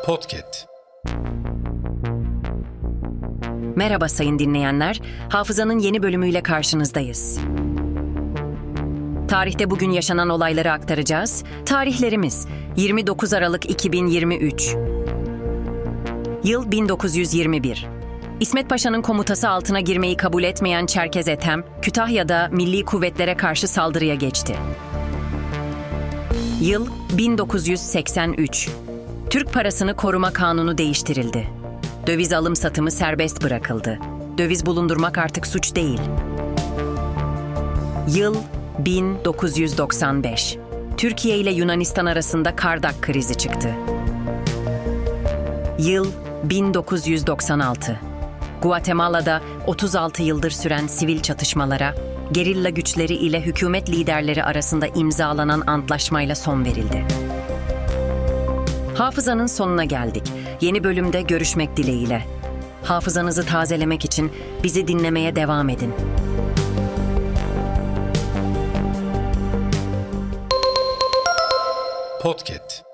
Podcast. Merhaba sayın dinleyenler, Hafızanın yeni bölümüyle karşınızdayız. Tarihte bugün yaşanan olayları aktaracağız. Tarihlerimiz 29 Aralık 2023. Yıl 1921. İsmet Paşa'nın komutası altına girmeyi kabul etmeyen Çerkez Ethem, Kütahya'da milli kuvvetlere karşı saldırıya geçti. Yıl 1983. Türk Parasını Koruma Kanunu değiştirildi. Döviz alım satımı serbest bırakıldı. Döviz bulundurmak artık suç değil. Yıl 1995. Türkiye ile Yunanistan arasında Kardak krizi çıktı. Yıl 1996. Guatemala'da 36 yıldır süren sivil çatışmalara, gerilla güçleri ile hükümet liderleri arasında imzalanan antlaşmayla son verildi. Hafızanın sonuna geldik. Yeni bölümde görüşmek dileğiyle. Hafızanızı tazelemek için bizi dinlemeye devam edin. Podcast.